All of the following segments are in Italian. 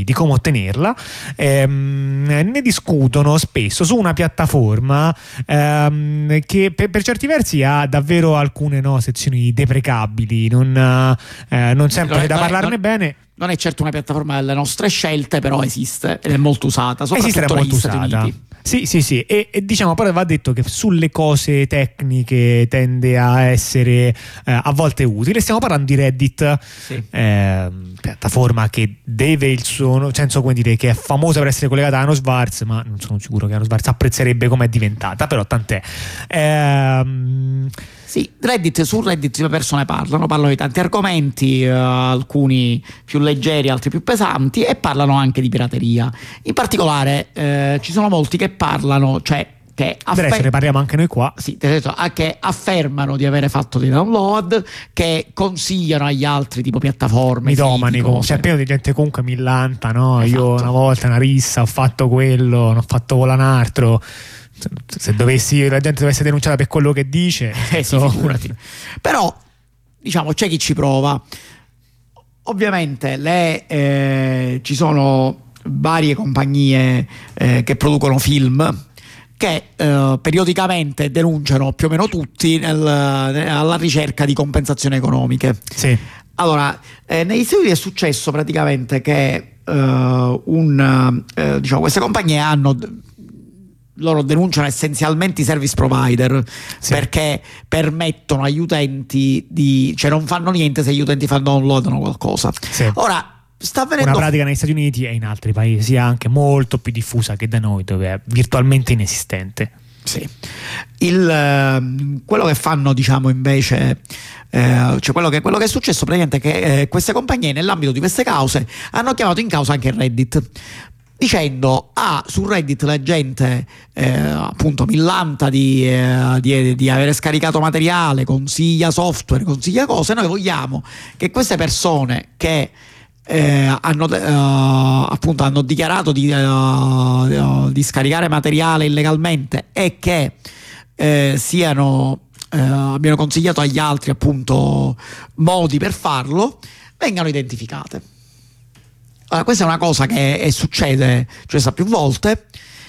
di come ottenerla. Ne discutono spesso su una piattaforma che per certi versi ha davvero alcune sezioni deprecabili, non sempre da parlarne bene. Non è certo una piattaforma delle nostre scelte, però esiste ed è molto usata, soprattutto negli Stati Uniti. Sì, e diciamo poi va detto che sulle cose tecniche tende a essere a volte utile. Stiamo parlando di Reddit, piattaforma che deve il suo senso, come dire, che è famosa per essere collegata a Hanno Schwartz, ma non sono sicuro che Hanno Schwartz apprezzerebbe come è diventata, però tant'è. Sì, su Reddit le persone parlano di tanti argomenti, alcuni più leggeri, altri più pesanti, e parlano anche di pirateria. In particolare ci sono molti che parlano, cioè che ne parliamo anche noi qua. Sì, che affermano di avere fatto dei download, che consigliano agli altri tipo piattaforme, mitomani, c'è pieno di gente comunque millanta, no? Esatto. Io una volta una rissa ho fatto quello, non ho fatto un altro. Se la gente dovesse denunciare per quello che dice, sì, figurati. Però diciamo c'è chi ci prova. Ovviamente ci sono varie compagnie che producono film che periodicamente denunciano più o meno tutti alla ricerca di compensazioni economiche. Sì. Allora, negli Stati Uniti è successo praticamente che queste compagnie loro denunciano essenzialmente i service provider, perché permettono agli utenti cioè non fanno niente se gli utenti downloadano qualcosa. Sì. Ora sta avvenendo una pratica negli Stati Uniti e in altri paesi anche molto più diffusa che da noi, dove è virtualmente inesistente. Sì. Quello che fanno, diciamo, invece, cioè quello che è successo praticamente è che queste compagnie, nell'ambito di queste cause, hanno chiamato in causa anche Reddit, dicendo su Reddit la gente appunto millanta di avere scaricato materiale, consiglia software, consiglia cose. Noi vogliamo che queste persone che hanno dichiarato di scaricare materiale illegalmente e che abbiano consigliato agli altri appunto modi per farlo, vengano identificate. Allora, questa è una cosa che successa più volte.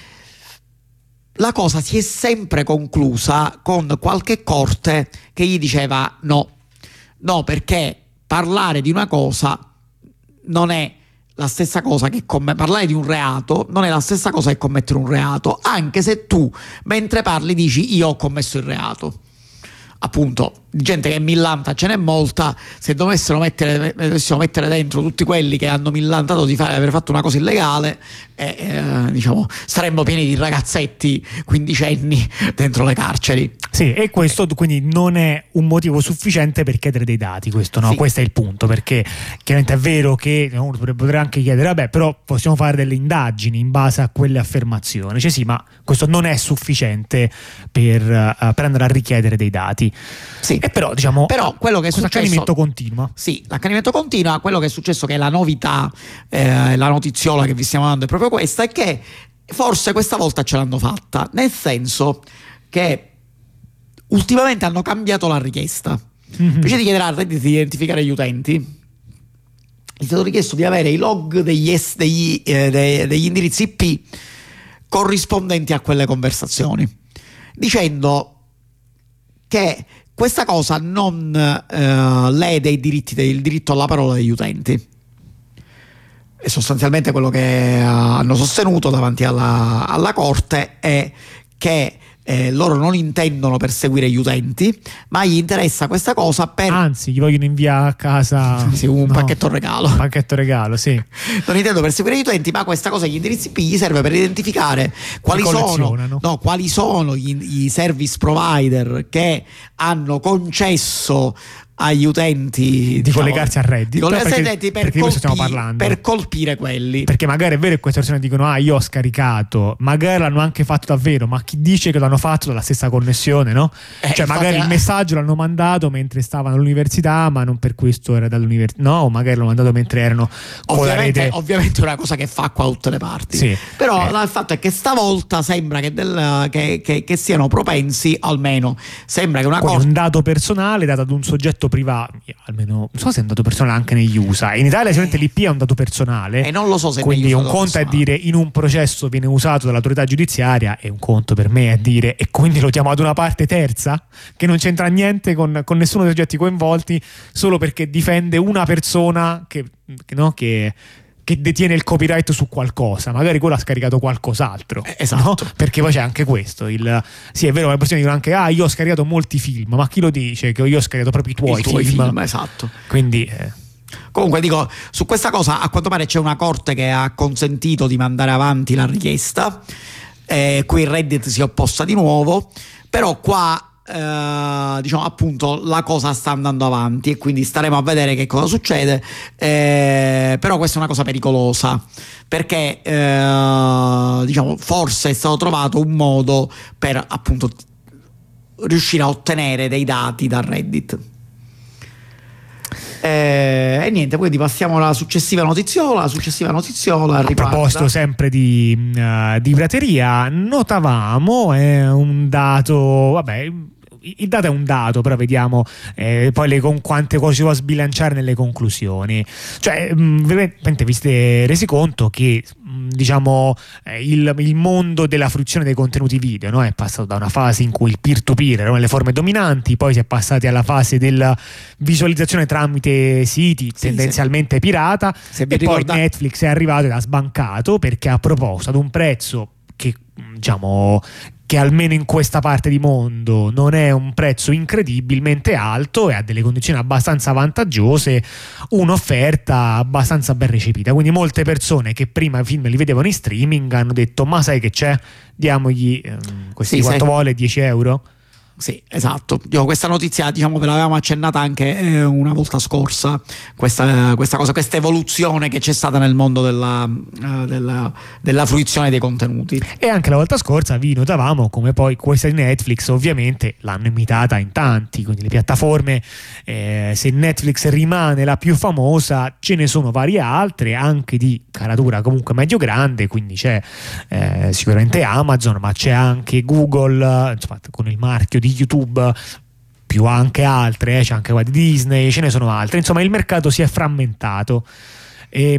La cosa si è sempre conclusa con qualche corte che gli diceva no, perché parlare di una cosa non è la stessa cosa che parlare di un reato non è la stessa cosa che commettere un reato, anche se tu mentre parli dici io ho commesso il reato. Appunto, gente che millanta ce n'è molta. Se dovessimo mettere dentro tutti quelli che hanno millantato di aver fatto una cosa illegale, diciamo saremmo pieni di ragazzetti quindicenni dentro le carceri. Sì, e questo quindi non è un motivo sufficiente per chiedere dei dati, questo no? Sì. Questo è il punto, perché chiaramente è vero che uno potrebbe anche chiedere vabbè, però possiamo fare delle indagini in base a quelle affermazioni, cioè sì, ma questo non è sufficiente per andare a richiedere dei dati. Sì. E però diciamo quello che è successo, l'accanimento continua. Sì, l'accanimento continua. Quello che è successo, che è la novità, la notiziola che vi stiamo dando è proprio questa, è che forse questa volta ce l'hanno fatta, nel senso che ultimamente hanno cambiato la richiesta. Invece di chiedere a Reddit di identificare gli utenti, è stato richiesto di avere i log degli indirizzi IP corrispondenti a quelle conversazioni, dicendo che questa cosa non lede il diritto alla parola degli utenti. E sostanzialmente quello che hanno sostenuto davanti alla corte è che loro non intendono perseguire gli utenti, ma gli interessa questa cosa anzi gli vogliono inviare a casa un pacchetto regalo. Un pacchetto regalo, sì. Non intendo perseguire gli utenti, ma questa cosa, gli indirizzi IP, gli serve per identificare quali sono i service provider che hanno concesso agli utenti di collegarsi a Reddit, per colpire quelli, perché magari è vero che queste persone dicono io ho scaricato, magari l'hanno anche fatto davvero, ma chi dice che l'hanno fatto dalla stessa connessione, no? Cioè magari il messaggio l'hanno mandato mentre stavano all'università, ma non per questo era dall'università, no, o magari l'hanno mandato mentre erano ovviamente è una cosa che fa qua da tutte le parti, sì. Però il fatto è che stavolta sembra che siano propensi, almeno sembra che una cosa, un dato personale dato ad un soggetto dato privato, almeno non so se è un dato personale anche negli USA. In Italia sicuramente l'IP è un dato personale, e non lo so se quindi un conto personale. è dire in un processo viene usato dall'autorità giudiziaria, e un conto per me è dire e quindi lo chiamo ad una parte terza che non c'entra niente con nessuno dei soggetti coinvolti, solo perché difende una persona che detiene il copyright su qualcosa, magari quello ha scaricato qualcos'altro, esatto, no? Perché poi c'è anche questo, sì è vero, le persone dicono anche io ho scaricato molti film, ma chi lo dice che io ho scaricato proprio i tuoi film? Esatto. Quindi comunque dico, su questa cosa a quanto pare c'è una corte che ha consentito di mandare avanti la richiesta, qui Reddit si è opposta di nuovo, però qua diciamo appunto la cosa sta andando avanti e quindi staremo a vedere che cosa succede, però questa è una cosa pericolosa perché diciamo forse è stato trovato un modo per appunto riuscire a ottenere dei dati da Reddit. E niente, quindi passiamo alla successiva notiziola. A proposito sempre di pirateria, notavamo un dato, vabbè, il dato è un dato, però vediamo poi quante cose si può sbilanciare nelle conclusioni. Cioè, veramente vi siete resi conto che diciamo il mondo della fruizione dei contenuti video, no? È passato da una fase in cui il peer-to-peer erano le forme dominanti, poi si è passati alla fase della visualizzazione tramite siti tendenzialmente pirata, e poi Netflix è arrivato ed ha sbancato perché ha proposto ad un prezzo che diciamo che almeno in questa parte di mondo non è un prezzo incredibilmente alto e ha delle condizioni abbastanza vantaggiose, un'offerta abbastanza ben recepita. Quindi molte persone che prima i film li vedevano in streaming hanno detto ma sai che c'è? Diamogli questi quanto vuole, 10 euro? Sì, esatto. Questa notizia, diciamo, ve l'avevamo accennata anche una volta scorsa, questa cosa, questa evoluzione che c'è stata nel mondo della fruizione dei contenuti. E anche la volta scorsa vi notavamo come poi questa di Netflix ovviamente l'hanno imitata in tanti, quindi le piattaforme, se Netflix rimane la più famosa, ce ne sono varie altre anche di caratura comunque medio grande, quindi c'è sicuramente Amazon, ma c'è anche Google, insomma, con il marchio di YouTube, più anche altre, c'è anche quella di Disney, ce ne sono altre, insomma il mercato si è frammentato e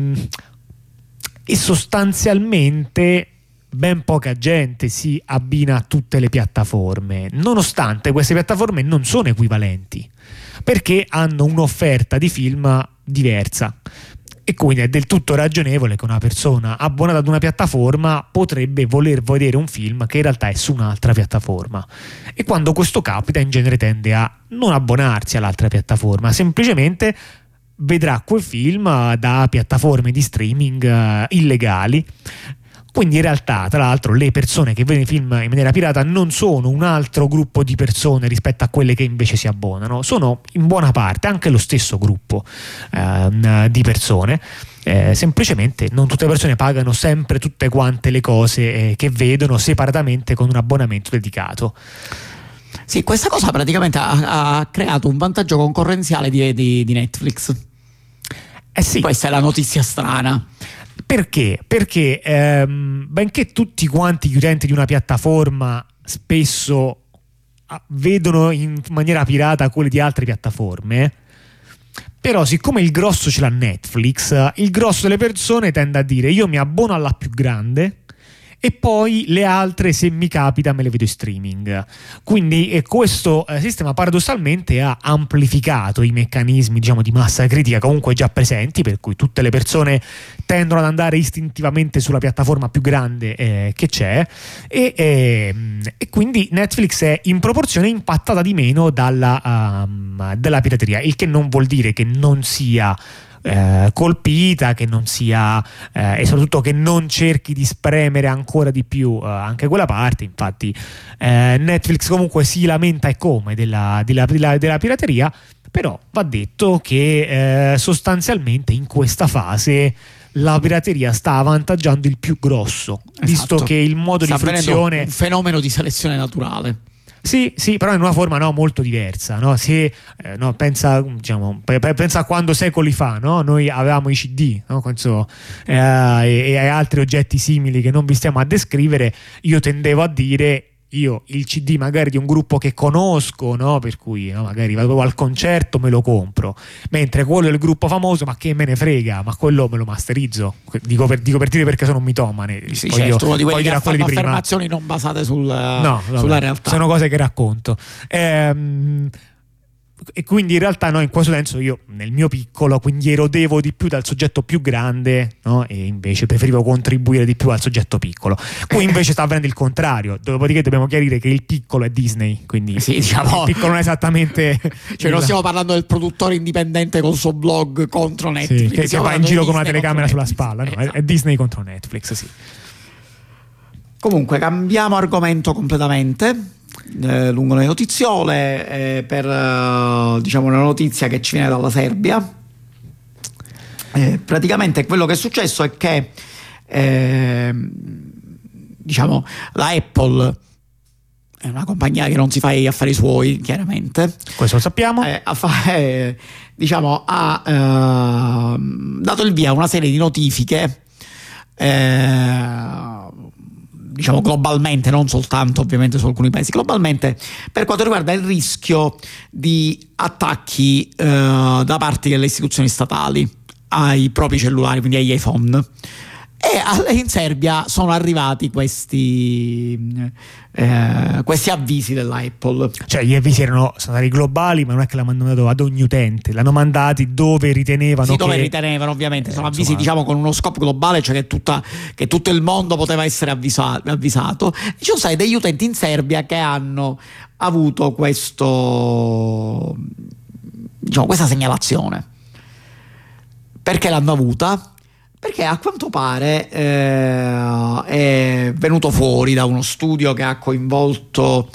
sostanzialmente ben poca gente si abbina a tutte le piattaforme, nonostante queste piattaforme non sono equivalenti perché hanno un'offerta di film diversa. E quindi è del tutto ragionevole che una persona abbonata ad una piattaforma potrebbe voler vedere un film che in realtà è su un'altra piattaforma. E quando questo capita, in genere tende a non abbonarsi all'altra piattaforma, semplicemente vedrà quel film da piattaforme di streaming illegali. Quindi in realtà, tra l'altro, le persone che vedono i film in maniera pirata non sono un altro gruppo di persone rispetto a quelle che invece si abbonano, sono in buona parte anche lo stesso gruppo di persone, semplicemente non tutte le persone pagano sempre tutte quante le cose che vedono separatamente con un abbonamento dedicato. Sì, questa cosa praticamente ha creato un vantaggio concorrenziale di Netflix. Sì. Questa è la notizia strana. Perché? Perché benché tutti quanti gli utenti di una piattaforma spesso vedono in maniera pirata quelle di altre piattaforme, però siccome il grosso ce l'ha Netflix, il grosso delle persone tende a dire io mi abbono alla più grande e poi le altre, se mi capita, me le vedo in streaming. Quindi questo sistema paradossalmente ha amplificato i meccanismi, diciamo, di massa critica comunque già presenti, per cui tutte le persone tendono ad andare istintivamente sulla piattaforma più grande che c'è, e quindi Netflix è in proporzione impattata di meno dalla pirateria, il che non vuol dire che non sia colpita, che non sia e soprattutto che non cerchi di spremere ancora di più anche quella parte. Infatti Netflix comunque si lamenta e come della pirateria, però va detto che sostanzialmente in questa fase la pirateria sta avvantaggiando il più grosso, visto che il modo di fruizione, un fenomeno di selezione naturale. Sì, però in una forma molto diversa, no? Pensa a quando secoli fa, no? Noi avevamo i CD, no? E altri oggetti simili che non vi stiamo a descrivere. Io tendevo a dire io il CD magari di un gruppo che conosco, no? Per cui magari vado al concerto, me lo compro, mentre quello del gruppo famoso, ma che me ne frega, ma quello me lo masterizzo, dico per dire, perché sono un mitomane. Sì, certo, uno di quelli che fanno affermazioni non basate sulla realtà. Sono cose che racconto. E quindi in realtà in questo senso io nel mio piccolo quindi erodevo di più dal soggetto più grande, no? E invece preferivo contribuire di più al soggetto piccolo. Qui invece sta avvenendo il contrario, dopodiché dobbiamo chiarire che il piccolo è Disney, quindi sì, diciamo, il piccolo non è esattamente cioè non stiamo parlando del produttore indipendente col suo blog contro Netflix, che va in giro con una telecamera sulla spalla, no? Esatto. È Disney contro Netflix, sì. Comunque cambiamo argomento completamente, lungo le notiziole, per diciamo una notizia che ci viene dalla Serbia. Praticamente quello che è successo è che diciamo la Apple è una compagnia che non si fa gli affari suoi, chiaramente, questo lo sappiamo, diciamo ha dato il via a una serie di notifiche, diciamo globalmente, non soltanto ovviamente su alcuni paesi, globalmente, per quanto riguarda il rischio di attacchi da parte delle istituzioni statali ai propri cellulari, quindi agli iPhone. E in Serbia sono arrivati questi avvisi della Apple. Cioè gli avvisi sono stati globali, ma non è che l'hanno mandato ad ogni utente, l'hanno mandati dove ritenevano. Sì, dove ritenevano, ovviamente. Sono avvisi, diciamo, con uno scopo globale, cioè che tutto il mondo poteva essere avvisato. Ci sono stati degli utenti in Serbia che hanno avuto questa segnalazione. Perché l'hanno avuta? Perché a quanto pare è venuto fuori da uno studio che ha coinvolto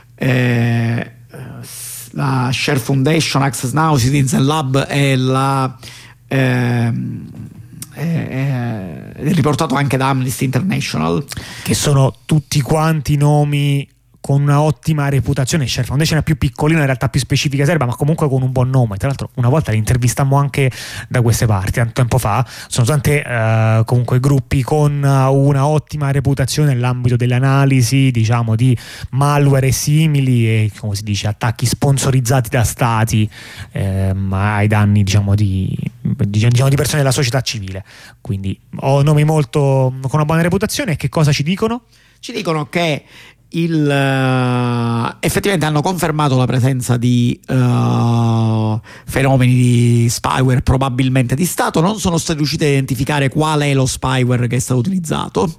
la Share Foundation, Access Now, Citizen Lab e è riportato anche da Amnesty International, che sono tutti quanti nomi con una ottima reputazione. Share Foundation è più piccolino, in realtà più specifica serba, ma comunque con un buon nome. Tra l'altro una volta li intervistammo anche da queste parti, tanto tempo fa. Sono tante comunque gruppi con una ottima reputazione nell'ambito delle analisi, diciamo, di malware e simili, e come si dice, attacchi sponsorizzati da stati ai danni, diciamo, di persone della società civile. Quindi ho nomi molto con una buona reputazione. E che cosa ci dicono? Ci dicono che effettivamente hanno confermato la presenza di fenomeni di spyware, probabilmente di Stato. Non sono stati riusciti a identificare qual è lo spyware che è stato utilizzato.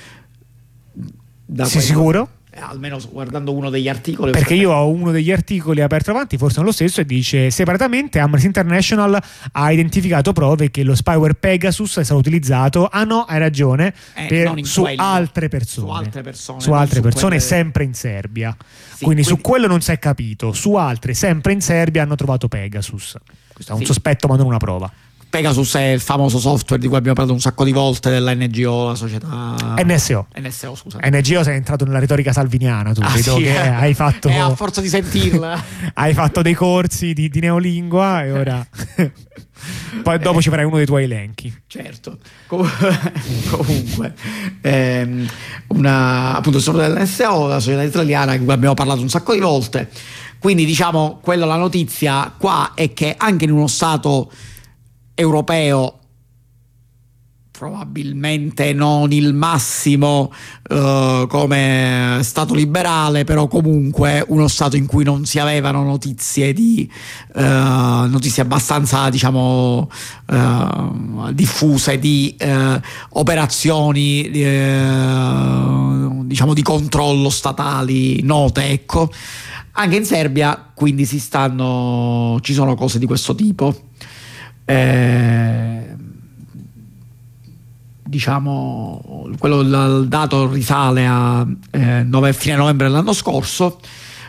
Sei sicuro? Almeno guardando uno degli articoli, perché io ho uno degli articoli aperto avanti, forse non lo stesso, e dice: separatamente Amnesty International ha identificato prove che lo spyware Pegasus è stato utilizzato. Ah no, hai ragione, su altre persone sempre in Serbia. Sì, quindi su quello non si è capito, su altre sempre in Serbia hanno trovato Pegasus. Questo è un sospetto, ma non una prova. Pegasus è il famoso software di cui abbiamo parlato un sacco di volte, della NGO, la società NSO, scusa. NGO, sei entrato nella retorica salviniana, tu vedo sì, che hai fatto a forza di sentirla hai fatto dei corsi di neolingua e ora poi dopo ci farai uno dei tuoi elenchi. Certo. Comunque appunto sopra dell'NSO, la società israeliana, di cui abbiamo parlato un sacco di volte. Quindi diciamo, la notizia qua è che anche in uno stato europeo, probabilmente non il massimo come stato liberale, però comunque uno stato in cui non si avevano notizie abbastanza, diciamo, diffuse di operazioni diciamo di controllo statali note, ecco. Anche in Serbia quindi ci sono cose di questo tipo. Diciamo, il dato risale a fine novembre dell'anno scorso,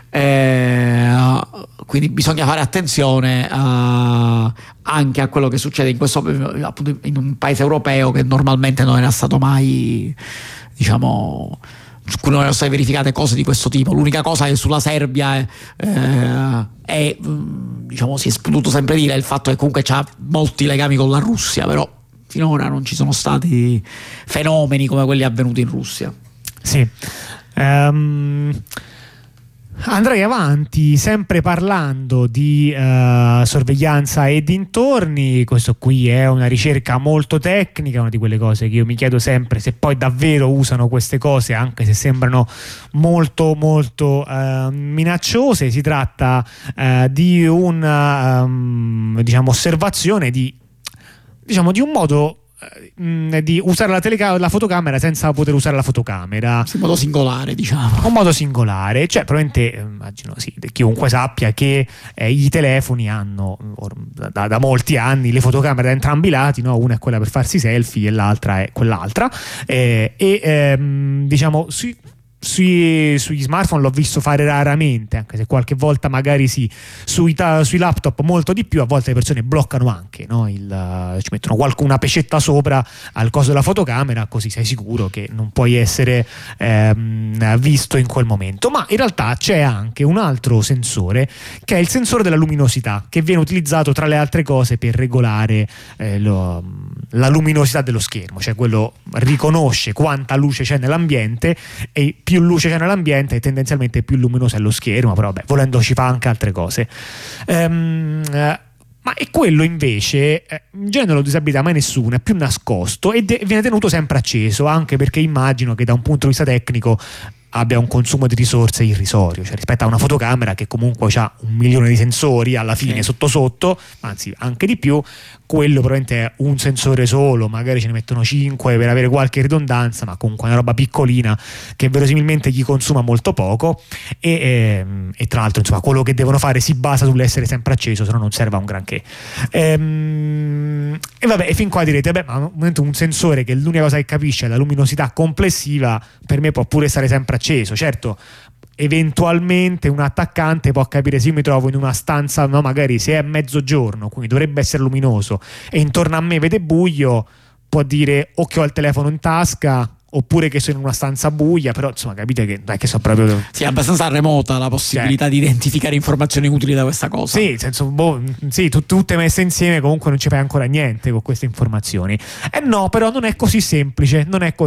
quindi bisogna fare attenzione anche a quello che succede appunto in un paese europeo che normalmente non era stato mai, diciamo, su cui non erano state verificate cose di questo tipo. L'unica cosa che sulla Serbia è diciamo, si è potuto sempre dire, il fatto che comunque c'ha molti legami con la Russia, però finora non ci sono stati fenomeni come quelli avvenuti in Russia. Sì. Andrei avanti sempre parlando di sorveglianza e dintorni. Questo qui è una ricerca molto tecnica, una di quelle cose che io mi chiedo sempre se poi davvero usano queste cose, anche se sembrano molto molto minacciose. Si tratta di una osservazione di un modo di usare la fotocamera senza poter usare la fotocamera, in modo singolare, diciamo. Un modo singolare, cioè probabilmente immagino chiunque sappia che i telefoni hanno da molti anni le fotocamere da entrambi i lati, no? Una è quella per farsi selfie e l'altra è quell'altra, sugli smartphone l'ho visto fare raramente, anche se qualche volta magari sì, sui laptop molto di più. A volte le persone bloccano anche, no? Ci mettono una pecetta sopra al coso della fotocamera, così sei sicuro che non puoi essere visto in quel momento. Ma in realtà c'è anche un altro sensore, che è il sensore della luminosità, che viene utilizzato tra le altre cose per regolare la luminosità dello schermo, cioè quello riconosce quanta luce c'è nell'ambiente, e più luce c'è nell'ambiente tendenzialmente più luminoso è lo schermo, però volendo ci fa anche altre cose. Ma è quello invece in genere non lo disabilita mai nessuno, è più nascosto e viene tenuto sempre acceso, anche perché immagino che da un punto di vista tecnico abbia un consumo di risorse irrisorio, cioè rispetto a una fotocamera che comunque ha 1 milione di sensori alla fine sotto, anzi anche di più. Quello probabilmente è un sensore solo, magari ce ne mettono 5 per avere qualche ridondanza, ma comunque è una roba piccolina che verosimilmente gli consuma molto poco, e tra l'altro insomma quello che devono fare si basa sull'essere sempre acceso, se no non serve a un granché. E vabbè, fin qua direte, ma un sensore che l'unica cosa che capisce è la luminosità complessiva, per me può pure stare sempre acceso. Certo, eventualmente un attaccante può capire se io mi trovo in una stanza, no, magari se è mezzogiorno, quindi dovrebbe essere luminoso, e intorno a me vede buio, può dire o che ho il telefono in tasca oppure che sono in una stanza buia, però insomma capite che non è che so proprio... Sì, è abbastanza remota la possibilità di identificare informazioni utili da questa cosa. Sì, nel senso, tutte messe insieme comunque non ci fai ancora niente con queste informazioni. No, però non è così semplice,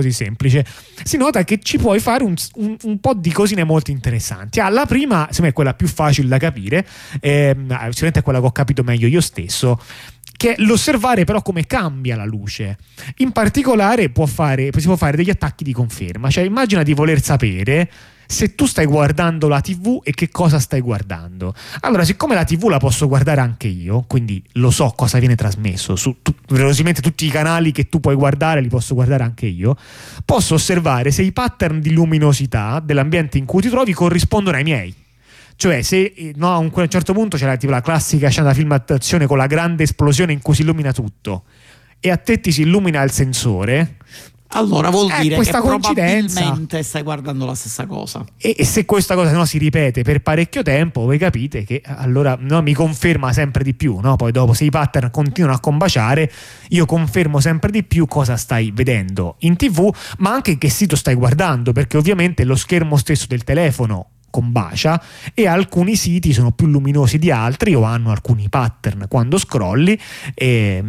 Si nota che ci puoi fare un po' di cosine molto interessanti. La prima, secondo me, è quella più facile da capire, sicuramente è quella che ho capito meglio io stesso, che è l'osservare però come cambia la luce. In particolare si può fare degli attacchi di conferma, cioè immagina di voler sapere se tu stai guardando la TV e che cosa stai guardando. Allora, siccome la TV la posso guardare anche io, quindi lo so cosa viene trasmesso verosimilmente tutti i canali che tu puoi guardare li posso guardare anche io, posso osservare se i pattern di luminosità dell'ambiente in cui ti trovi corrispondono ai miei. Cioè, se a un certo punto c'era tipo la classica scena da film d'azione con la grande esplosione in cui si illumina tutto e a te ti si illumina il sensore, allora vuol dire questa che coincidenza, probabilmente stai guardando la stessa cosa. E se questa cosa si ripete per parecchio tempo, voi capite che allora mi conferma sempre di più, no? Poi dopo, se i pattern continuano a combaciare, io confermo sempre di più cosa stai vedendo in TV, ma anche che sito stai guardando, perché ovviamente lo schermo stesso del telefono combacia e alcuni siti sono più luminosi di altri o hanno alcuni pattern quando scrolli, e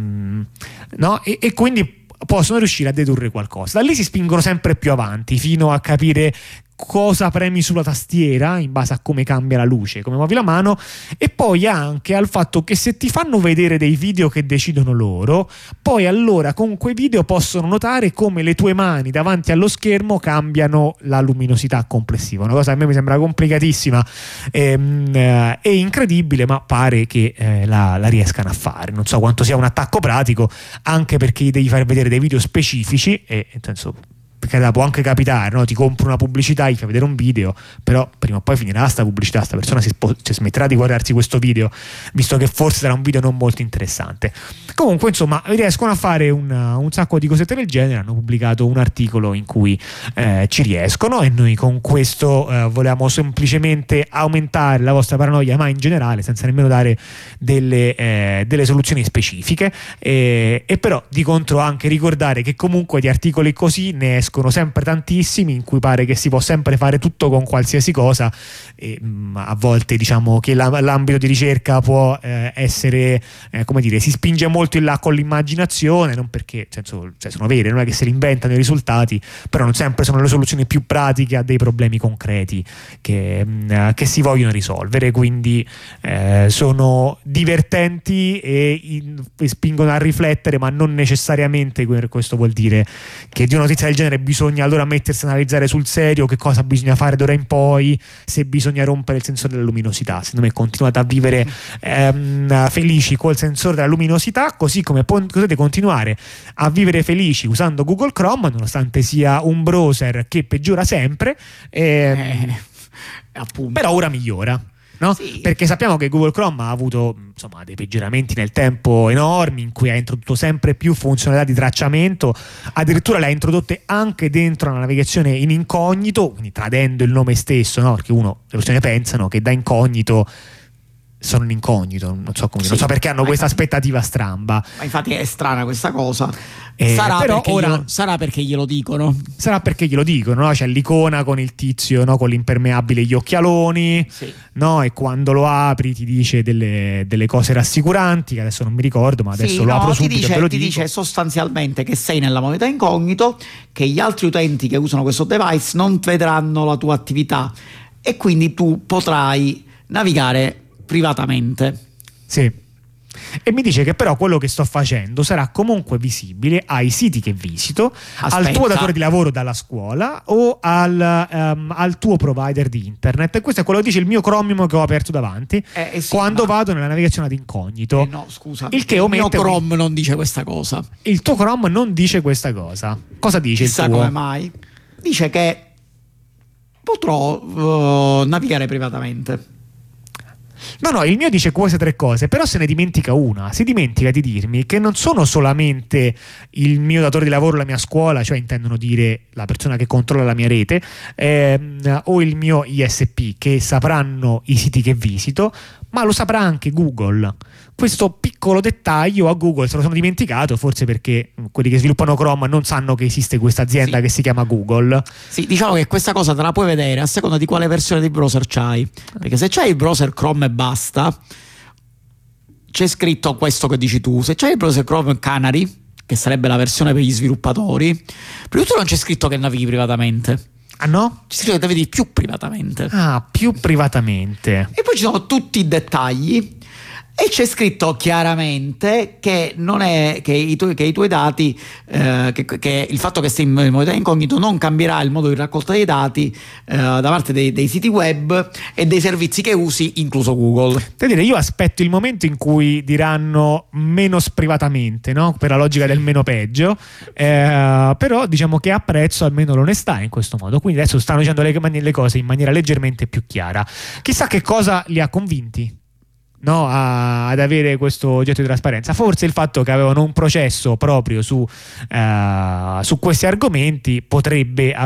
quindi possono riuscire a dedurre qualcosa. Da lì si spingono sempre più avanti fino a capire cosa premi sulla tastiera in base a come cambia la luce, come muovi la mano, e poi anche al fatto che se ti fanno vedere dei video che decidono loro, poi allora con quei video possono notare come le tue mani davanti allo schermo cambiano la luminosità complessiva. Una cosa che a me mi sembra complicatissima e incredibile, ma pare che la riescano a fare. Non so quanto sia un attacco pratico, anche perché devi far vedere dei video specifici, e nel senso, perché può anche capitare, no? Ti compro una pubblicità, gli fai vedere un video, però prima o poi finirà sta pubblicità, sta persona smetterà di guardarsi questo video, visto che forse sarà un video non molto interessante. Comunque, insomma, riescono a fare un sacco di cosette del genere. Hanno pubblicato un articolo in cui ci riescono, e noi con questo volevamo semplicemente aumentare la vostra paranoia, ma in generale, senza nemmeno dare delle soluzioni specifiche, e però di contro anche ricordare che comunque di articoli così ne escono escono sempre tantissimi, in cui pare che si può sempre fare tutto con qualsiasi cosa, e a volte diciamo che l'ambito di ricerca può essere, come dire, si spinge molto in là con l'immaginazione, non perché sono vere, non è che se li inventano i risultati, però non sempre sono le soluzioni più pratiche a dei problemi concreti che si vogliono risolvere, quindi sono divertenti e spingono a riflettere, ma non necessariamente questo vuol dire che di una notizia del genere bisogna allora mettersi a analizzare sul serio che cosa bisogna fare d'ora in poi, se bisogna rompere il sensore della luminosità. Secondo me continuate a vivere felici col sensore della luminosità, così come potete continuare a vivere felici usando Google Chrome, nonostante sia un browser che peggiora sempre, però ora migliora. No? Sì. Perché sappiamo che Google Chrome ha avuto dei peggioramenti nel tempo enormi, in cui ha introdotto sempre più funzionalità di tracciamento, addirittura le ha introdotte anche dentro la navigazione in incognito, quindi tradendo il nome stesso, no? Perché le persone pensano che da incognito sono in incognito, non so perché hanno questa aspettativa stramba. Ma infatti è strana questa cosa. Sarà perché glielo dicono. Sarà perché glielo dicono, no? C'è l'icona con il tizio, no? Con l'impermeabile e gli occhialoni, no? E quando lo apri ti dice delle cose rassicuranti, che adesso non mi ricordo, ma adesso lo apro subito e ve lo dico. Ti dice sostanzialmente che sei nella modalità incognito, che gli altri utenti che usano questo device non vedranno la tua attività e quindi tu potrai navigare privatamente. Sì. E mi dice che però quello che sto facendo sarà comunque visibile ai siti che visito, al tuo datore di lavoro dalla scuola o al tuo provider di internet. E questo è quello che dice il mio Chromium che ho aperto davanti quando vado nella navigazione ad incognito. No, scusa, il mio Chrome non dice questa cosa. Il tuo Chrome non dice questa cosa. Cosa dice Chissà il tuo? Come mai? Dice che potrò navigare privatamente. No, il mio dice queste tre cose, però se ne dimentica una. Si dimentica di dirmi che non sono solamente il mio datore di lavoro, la mia scuola, cioè intendono dire la persona che controlla la mia rete, o il mio ISP, che sapranno i siti che visito, ma lo saprà anche Google. Questo piccolo dettaglio a Google se lo sono dimenticato, forse perché quelli che sviluppano Chrome non sanno che esiste questa azienda che si chiama Google. Sì, diciamo che questa cosa te la puoi vedere a seconda di quale versione di browser c'hai, perché se c'hai il browser Chrome e basta, c'è scritto questo che dici tu. Se c'hai il browser Chrome Canary, che sarebbe la versione per gli sviluppatori, prima di tutto non c'è scritto che navighi privatamente. Ah no? C'è scritto che navighi più privatamente. Ah, più privatamente. E poi ci sono tutti i dettagli. E c'è scritto chiaramente che non è che i tuoi dati, che il fatto che stai in modalità incognito non cambierà il modo di raccolta dei dati da parte dei siti web e dei servizi che usi, incluso Google. Per dire, io aspetto il momento in cui diranno meno sprivatamente, no? Per la logica del meno peggio, però diciamo che apprezzo almeno l'onestà in questo modo. Quindi adesso stanno dicendo le cose in maniera leggermente più chiara. Chissà che cosa li ha convinti, no, ad avere questo oggetto di trasparenza. Forse il fatto che avevano un processo proprio su questi argomenti potrebbe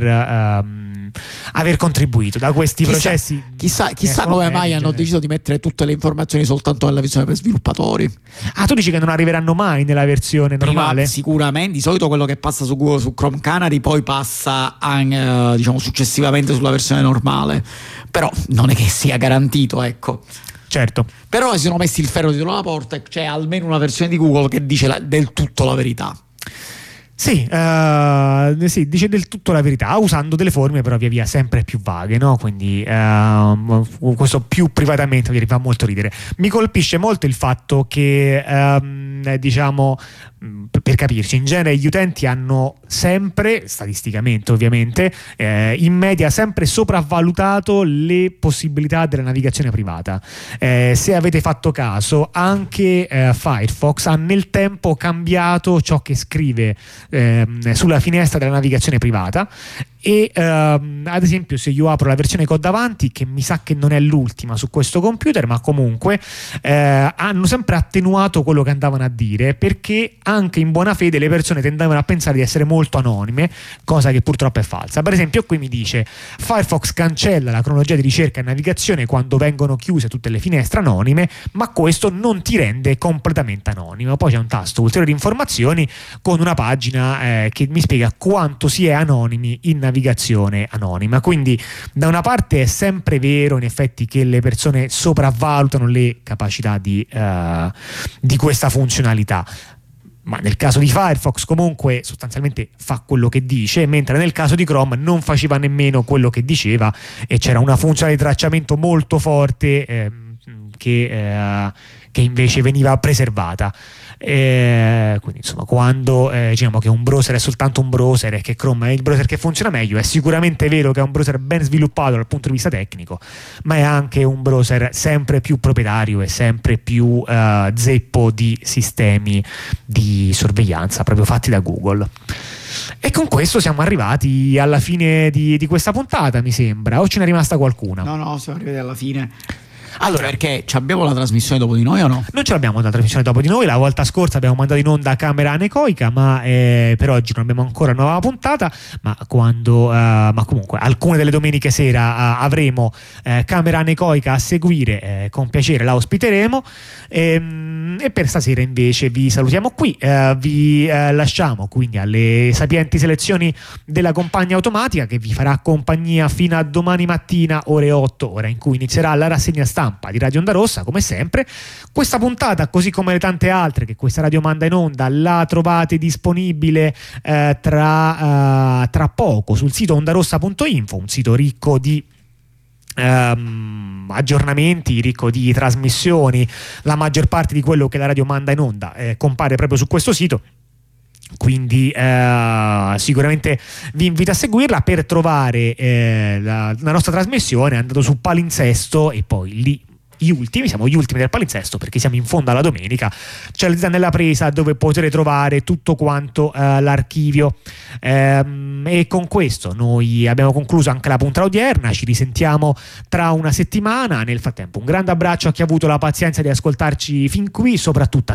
aver contribuito da questi processi. Chissà come mai hanno deciso di mettere tutte le informazioni soltanto nella versione per sviluppatori. Ah, tu dici che non arriveranno mai nella versione normale? Prima, sicuramente, di solito quello che passa su Google, su Chrome Canary, poi passa diciamo successivamente sulla versione normale, però non è che sia garantito, ecco. Certo. Però si sono messi il ferro dietro la porta e c'è almeno una versione di Google che dice del tutto la verità. Sì, dice del tutto la verità, usando delle forme però via via sempre più vaghe, no? Quindi questo più privatamente mi fa molto ridere. Mi colpisce molto il fatto che diciamo, per capirci, in genere gli utenti hanno sempre, statisticamente ovviamente, in media sempre sopravvalutato le possibilità della navigazione privata. Se avete fatto caso, anche Firefox ha nel tempo cambiato ciò che scrive sulla finestra della navigazione privata, e ad esempio se io apro la versione che ho davanti, che mi sa che non è l'ultima su questo computer, ma comunque hanno sempre attenuato quello che andavano a dire, perché anche in buona fede le persone tendevano a pensare di essere molto anonime, cosa che purtroppo è falsa. Per esempio qui mi dice: Firefox cancella la cronologia di ricerca e navigazione quando vengono chiuse tutte le finestre anonime, ma questo non ti rende completamente anonimo. Poi c'è un tasto ulteriori informazioni con una pagina che mi spiega quanto si è anonimi in navigazione anonima. Quindi da una parte è sempre vero in effetti che le persone sopravvalutano le capacità di questa funzionalità, ma nel caso di Firefox comunque sostanzialmente fa quello che dice, mentre nel caso di Chrome non faceva nemmeno quello che diceva, e c'era una funzione di tracciamento molto forte che invece veniva preservata. Quindi insomma, quando diciamo che un browser è soltanto un browser e che Chrome è il browser che funziona meglio, è sicuramente vero che è un browser ben sviluppato dal punto di vista tecnico, ma è anche un browser sempre più proprietario e sempre più zeppo di sistemi di sorveglianza proprio fatti da Google. E con questo siamo arrivati alla fine di questa puntata, mi sembra, o ce n'è rimasta qualcuna? No, siamo arrivati alla fine. Allora, perché abbiamo la trasmissione dopo di noi o no? Non ce l'abbiamo la trasmissione dopo di noi. La volta scorsa abbiamo mandato in onda Camera Anecoica, ma per oggi non abbiamo ancora nuova puntata. Ma comunque alcune delle domeniche sera avremo Camera Anecoica a seguire. Con piacere la ospiteremo. E per stasera invece vi salutiamo qui. Vi lasciamo quindi alle sapienti selezioni della compagnia automatica, che vi farà compagnia fino a domani mattina ore 8, ora in cui inizierà la rassegna stampa di Radio Onda Rossa. Come sempre questa puntata, così come le tante altre che questa radio manda in onda, la trovate disponibile tra poco sul sito ondarossa.info, un sito ricco di aggiornamenti, ricco di trasmissioni. La maggior parte di quello che la radio manda in onda compare proprio su questo sito, quindi sicuramente vi invito a seguirla. Per trovare la nostra trasmissione andate su Palinsesto, e poi lì siamo gli ultimi del palinsesto perché siamo in fondo alla domenica. C'è la nella presa dove potete trovare tutto quanto l'archivio, e con questo noi abbiamo concluso anche la puntata odierna. Ci risentiamo tra una settimana. Nel frattempo un grande abbraccio a chi ha avuto la pazienza di ascoltarci fin qui, soprattutto